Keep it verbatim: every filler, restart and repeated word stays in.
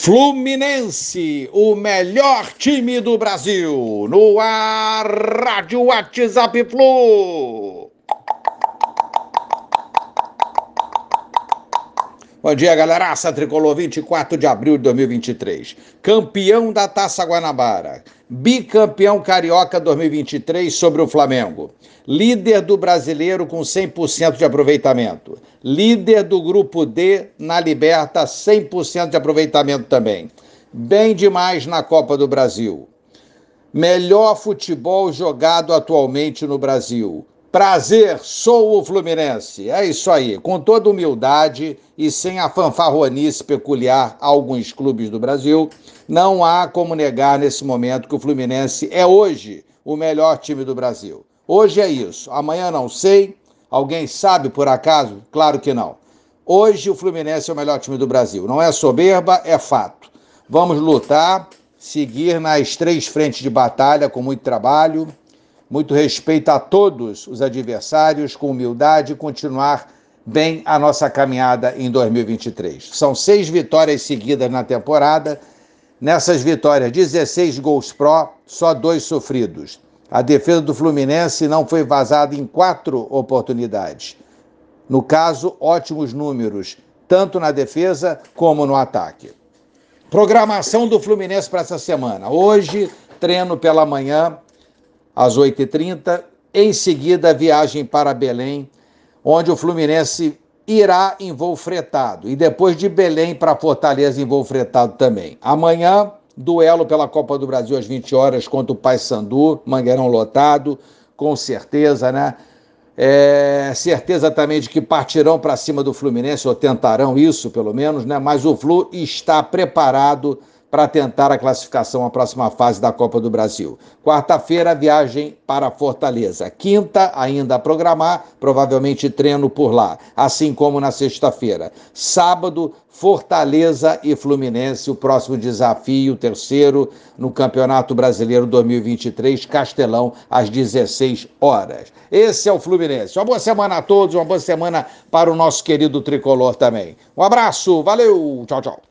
Fluminense, o melhor time do Brasil. No ar, Rádio WhatsApp Flu. Bom dia, galeraça. Tricolor, vinte e quatro de abril de dois mil e vinte e três. Campeão da Taça Guanabara. Bicampeão carioca dois mil e vinte e três sobre o Flamengo. Líder do Brasileiro com cem por cento de aproveitamento. Líder do Grupo D na Liberta, cem por cento de aproveitamento também. Bem demais na Copa do Brasil. Melhor futebol jogado atualmente no Brasil. Prazer, sou o Fluminense. É isso aí, com toda humildade e sem a fanfarronice peculiar a alguns clubes do Brasil, não há como negar nesse momento que o Fluminense é hoje o melhor time do Brasil. Hoje é isso, amanhã não sei. Alguém sabe por acaso? Claro que não. Hoje o Fluminense é o melhor time do Brasil. Não é soberba, é fato. Vamos lutar, seguir nas três frentes de batalha com muito trabalho, muito respeito a todos os adversários, com humildade e continuar bem a nossa caminhada em dois mil e vinte e três. São seis vitórias seguidas na temporada. Nessas vitórias, dezesseis gols pró, só dois sofridos. A defesa do Fluminense não foi vazada em quatro oportunidades. No caso, ótimos números, tanto na defesa como no ataque. Programação do Fluminense para essa semana. Hoje, treino pela manhã, às oito e trinta, em seguida viagem para Belém, onde o Fluminense irá em voo fretado, e depois de Belém para Fortaleza em voo fretado também. Amanhã, duelo pela Copa do Brasil às vinte horas contra o Paysandu, Mangueirão lotado, com certeza, né? É, certeza também de que partirão para cima do Fluminense, ou tentarão isso pelo menos, né? Mas o Flu está preparado para tentar a classificação à próxima fase da Copa do Brasil. Quarta-feira, viagem para Fortaleza. Quinta, ainda a programar, provavelmente treino por lá, assim como na sexta-feira. Sábado, Fortaleza e Fluminense, o próximo desafio, o terceiro, no Campeonato Brasileiro dois mil e vinte e três, Castelão, às dezesseis horas. Esse é o Fluminense. Uma boa semana a todos, uma boa semana para o nosso querido Tricolor também. Um abraço, valeu, tchau, tchau.